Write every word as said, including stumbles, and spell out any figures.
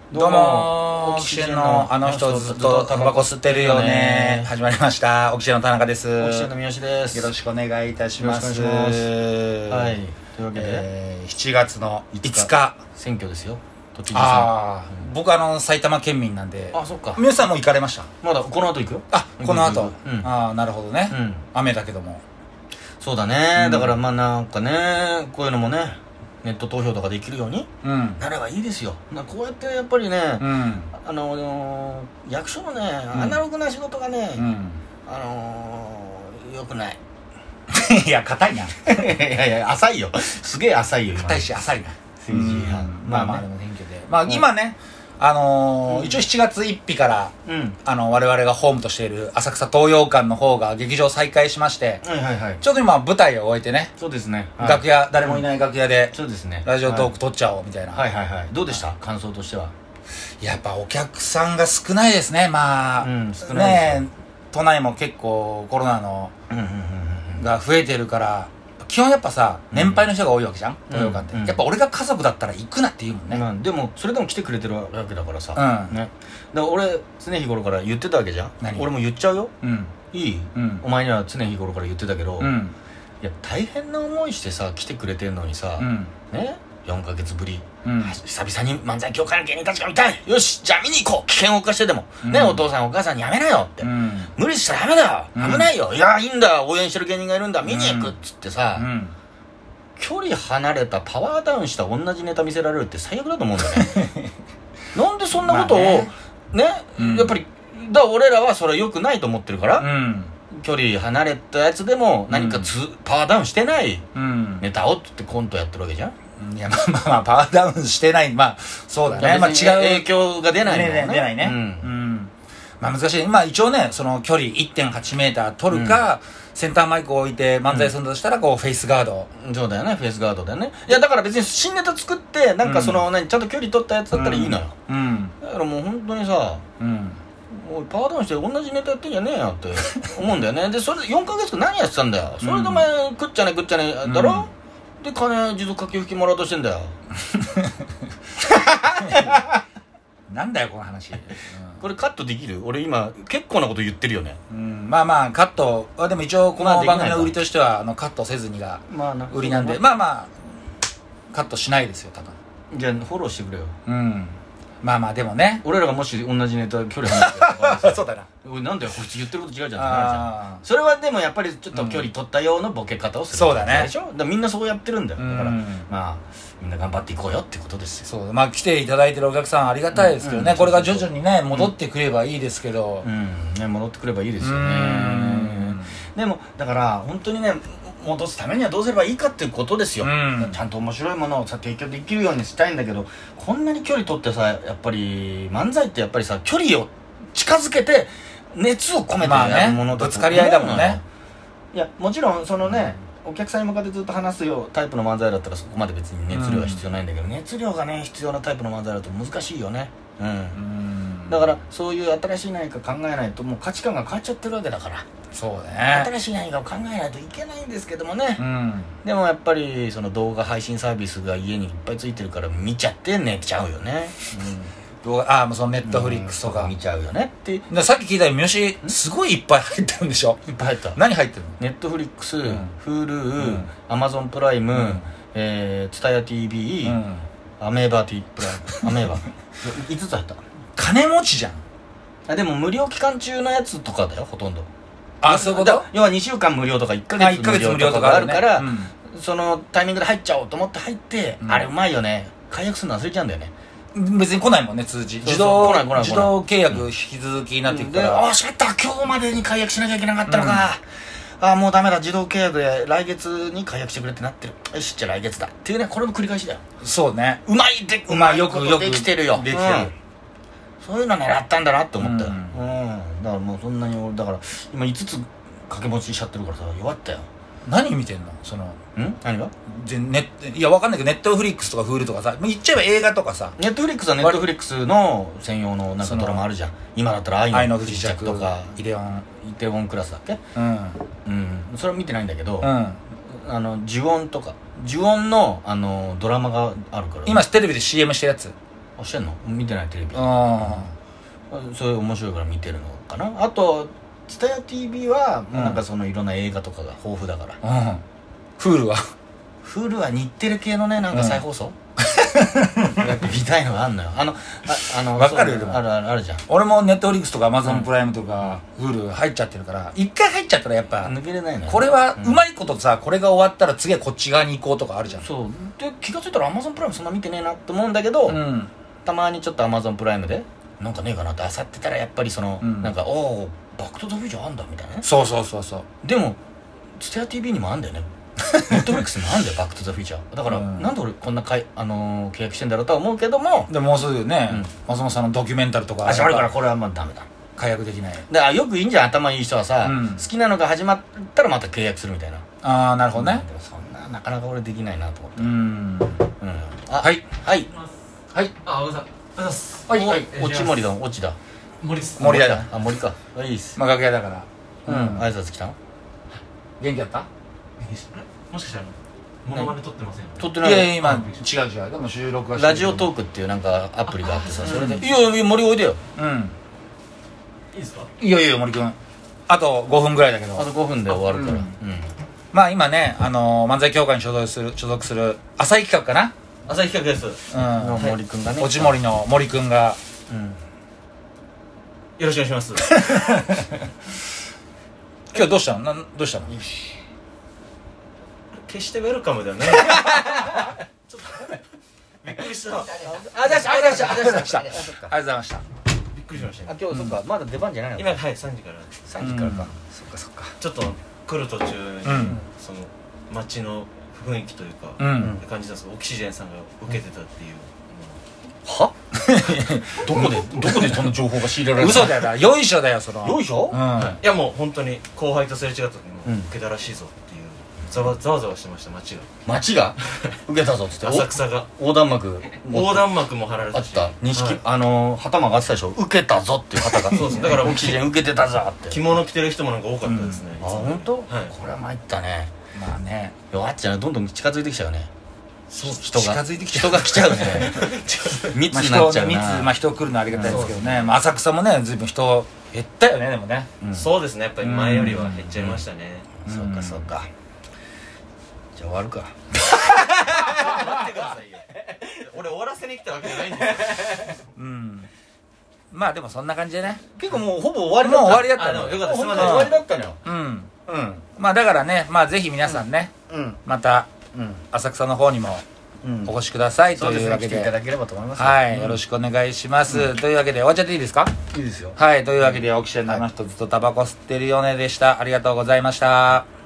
どうもオキシエンのあの人ずっとタバコ吸ってるよね。始まりました。オキシエンの田中です。 オキシエンの三好です。 よろしくお願いいたします。 はい。というわけで、 えー、しちがつのいつか選挙ですよ。都知事選。 ああ、うん、僕あの埼玉県民なんで。 あ、そっか。 皆さんも行かれました？ まだこの後行くよ。 あ、この後。 うん、 ああ、なるほどね。 うん、 雨だけども。 そうだね、うん、だからまあなんかね、こういうのもね、ネット投票とかできるように、うん、なればいいですよ。こうやってやっぱりね、うん、あのー、役所のね、うん、アナログな仕事がね、うん、あのー、よくないいや硬いないやいや浅いよ、すげえ浅いよ、 硬いし浅いな政治違反、 まあまあでも選挙で、まあ今ね、あのーうん、一応しちがつついたちから、うん、あの我々がホームとしている浅草東洋館の方が劇場再開しまして、 はいはいはい、 ちょうど今舞台を終えてね、 そうですね、 はい、楽屋、誰もいない楽屋で、 うん、そうですね、 ラジオトーク撮っちゃおうみたいな、 はいはいはい、どうでした、感想としては。 やっぱお客さんが少ないですね。まあ、うん、少ないですね、都内も結構コロナの、うんうんうんうん、が増えてるから、基本やっぱさ、年配の人が多いわけじゃん、東洋館って、うんうん、やっぱ俺が家族だったら行くなって言うもんね、 うん、でもそれでも来てくれてるわけだからさ、うん、ね、だから俺常日頃から言ってたわけじゃん。俺も言っちゃうよ、うん、いい、うん、お前には常日頃から言ってたけど、うん、いや大変な思いしてさ来てくれてんのにさ、うん、ね、よんかげつぶり、うん、久々に漫才協会の芸人たちが見たい、よしじゃあ見に行こう、危険を冒してでも、うん、ね、お父さんお母さんにやめなよって、うん、無理したらダメだよ、危ないよ、うん、いやいいんだ、応援してる芸人がいるんだ、見に行くっつってさ、うんうん、距離離れたパワーダウンした同じネタ見せられるって最悪だと思うんだよねなんでそんなことをね、ね、うん、やっぱりだから俺らはそれは良くないと思ってるから、うん、距離離れたやつでも何かつ、うん、パワーダウンしてないネタをって言ってコントやってるわけじゃん。 いやまあまあまあパワーダウンしてない、まあそうだね、まあ違う影響が出ないのね、 出ないね、うん、うん、まあ難しい。まあ一応ね、その距離 いってんはちメーター取るか、うん、センターマイクを置いて漫才するんだとしたらこうフェイスガード、 うん、そうだよね、フェイスガードだよね。いやだから別に新ネタ作ってなんかその、うん、何ちゃんと距離取ったやつだったらいいのよ、うんうん、だからもう本当にさ、うん、おいパワーダウンして同じネタやってんじゃねえよって思うんだよね。でそれでよんかげつか何やってたんだよ、それでお前食っちゃね食っちゃねだろ、うん、で金持続化給付金もらおうとしてんだよなんだよこの話、うん、 これカットできる？俺今結構なこと言ってるよね、 うん、まあまあカットはでも一応この番組の売りとしてはあのカットせずにが売りなんで、まあまあカットしないですよ多分。 じゃあフォローしてくれよ。 うん、まあまあでもね、 俺らがもし同じネタ距離離れてそうだな、 おいなんだよこいつ言ってること違うじゃんってなるじゃん。それはでもやっぱりちょっと距離取ったようなボケ方をする、 そうだね、 でしょ。だからみんなそうやってるんだよ、だからまあみんな頑張っていこうよってことですよ。 そう、まあ来ていただいてるお客さんありがたいですけどね、うん、これが徐々にね戻ってくればいいですけど、 うん、うんね、戻ってくればいいですよね。でもだから本当にね戻すためにはどうすればいいかっていうことですよ、うん、ちゃんと面白いものをさ提供できるようにしたいんだけど、こんなに距離取ってさ、やっぱり漫才ってやっぱりさ距離を近づけて熱を込めてやるものだと、ね、 ぶつかり合いだもんね。 いやもちろんそのね、お客さんに向かってずっと話すよタイプの漫才だったらそこまで別に熱量は必要ないんだけど、うん、熱量がね必要なタイプの漫才だと難しいよね、うん、うん、だからそういう新しい何か考えないともう価値観が変わっちゃってるわけだから、 そうね、 新しい何かを考えないといけないんですけどもね、うん、でもやっぱりその動画配信サービスが家にいっぱいついてるから見ちゃって寝ちゃうよね、 うん、動画、ああもうそのネットフリックスとか、 うん、見ちゃうよねって。 さっき聞いたよ、三好すごいいっぱい入ってるんでしょ。 いっぱい入った。 何入ってるの？ ネットフリックス、Hulu、アマゾンプライム、うん、えー、ツタヤ ティーブイ、うん、アメーバ T プライム、アメーバいつつ入った。 金持ちじゃん。 あでも無料期間中のやつとかだよほとんど。 あ、そういうこと？ 要はにしゅうかん無料とかいっかげつ無料とかあるから、うん、そのタイミングで入っちゃおうと思って入って、うん、あれうまいよね、解約するの忘れちゃうんだよね。 別に来ないもんね通知、自動自動契約引き続きになっていくから、 うん、ああしまった今日までに解約しなきゃいけなかったのか、うん、ああもうダメだ自動契約で来月に解約してくれってなってる、よしじゃあ来月だっていうね、これも繰り返しだよ。 そうね、 うまいでうまいよくよくできてるよ、 できてる、うん、 そういうの狙ったんだなって思ったよ、うん、うん、だからもうそんなに俺だから今いつつ掛け持ちしちゃってるからさ弱ったよ。 何見てんのそのん何がネいやわかんないけどネットフリックスとかフールとかさ言っちゃえば映画とかさ、 ネットフリックスはネットフリックスの専用のなんかドラマあるじゃん。今だったら愛の不時着とかイテウォンイテウォンクラスだっけ、うん、うん、それは見てないんだけど、うん、あの呪音とか呪音のあのドラマがあるから、ね、 今テレビで シーエム してるやつ、 あしてんの？見てないテレビ。ああ、そういう面白いから見てるのかな。あとツタヤ ティービー は、うん、なんかそのいろんな映画とかが豊富だから。うん。 フールはフールは日テレ系のね、なんか再放送、うん、やっぱ見たいのがあんのよ。あの、あ、あの、 分かるよ。でもあるあるあるじゃん。 俺もネットフリックスとかアマゾンプライムとか、フール入っちゃってるから、一回入っちゃったらやっぱ抜けれないのよ。 これはうまいことさ、これが終わったら次はこっち側に行こうとかあるじゃん。 そうで、気がついたらアマゾンプライムそんな見てねえなって思うんだけど、うん、たまにちょっとアマゾンプライムでなんかねえかなって漁ってたら、やっぱりその、うん、なんかおおバックトゥザフューチャーあんだみたいなね。 そうそうそうそう。 でもツタヤ ティービー にもあんだよね。ネットフリックスにもあんだよバックトゥザフューチャーだから、うん、なんで俺こんなかい、あのー、契約してんだろうとは思うけども、 でももうすぐね、うん、松本さんのドキュメンタルとかあるから、これはまあダメだ、 解約できない。 だからよくいいんじゃん、頭いい人はさ、うん、好きなのが始まったらまた契約するみたいな。 ああ、なるほどね、うん、 でもそんななかなか俺できないなと思って。うん、うん、 あ、はいはいはい、あ、おさん、ありがとうございます。 はいはい、落ち森だ、落ちだ、 森っす。 森だ。 あ、森か、いいっす。 まあ楽屋だから、 うん、挨拶来たの？ 元気だった？ もしかしたらモノマネ撮ってませんよね。 撮ってない。 いやいや、今違う違う、でも収録はしてる。 ラジオトークっていうなんかアプリがあってさ、それでいやいや森おいでよ。 うん、いいですか？ いやいや森君、あとごふんぐらいだけど。 あとごふんで終わるから。うん、 まあ今ね、あの漫才協会に所属する所属する浅井企画かな。 浅井企画です。 うん、 森君がね、 落ち森の森君が、 うん、よろしくお願いします。 今日どうしたの？なんどうしたの？ 決してウェルカムだよね。ちょっとびっくりした。あ、 出した、あ、出した、あ、出した、ありがとうございました。 びっくりしました。 あ、今日そっか、まだ出番じゃないの？ 今、はい、三時から。 三時からか。そっかそっか。 ちょっと来る途中にその街の雰囲気というか感じたんです。オキシジェンさんが受けてたっていう。 は？どこでどこでその情報が仕入れられる？ 嘘だよな、よいしょだよその。 よいしょ？ うん。いやもう本当に後輩とすれ違った時にも受けたらしいぞっていう。ざわざわざわしてました。街が街が受けたぞっつって浅草が横断幕横断幕も張られたし、 あった錦、あの旗があってたでしょ、受けたぞっていう旗が。 そうです、だからオキシジェン受けてたぞって。 着物着てる人もなんか多かったですね。 あ、本当？ はい。 これは参ったね。 まあね、 弱っちゃう、どんどん近づいてきちゃうね。 そう、 人が近づいてきちゃう、人が来ちゃうね。密になっちゃうな。 密、まあ人来るのありがたいですけどね。まあ浅草もね、随分人減ったよね。でもね、 そうですね、やっぱり前よりは減っちゃいましたね。 そうかそうか。じゃあ終わるか。 待ってくださいよ。俺終わらせに来たわけじゃないんですよ。 うん。まあでもそんな感じでね。 結構もうほぼ終わりだった。もう終わりだったの。 よかった。すみません。 終わりだったのよ。 うん。うん。まあだからね、まあぜひ皆さんね、また浅草の方にもお越しくださいというわけで、来ていただければと思います。はい、よろしくお願いします。というわけで終わっちゃっていいですか？ いいですよ。 はい、というわけでオキシエンのあの人ずっとタバコ吸ってるよねでした。ありがとうございました。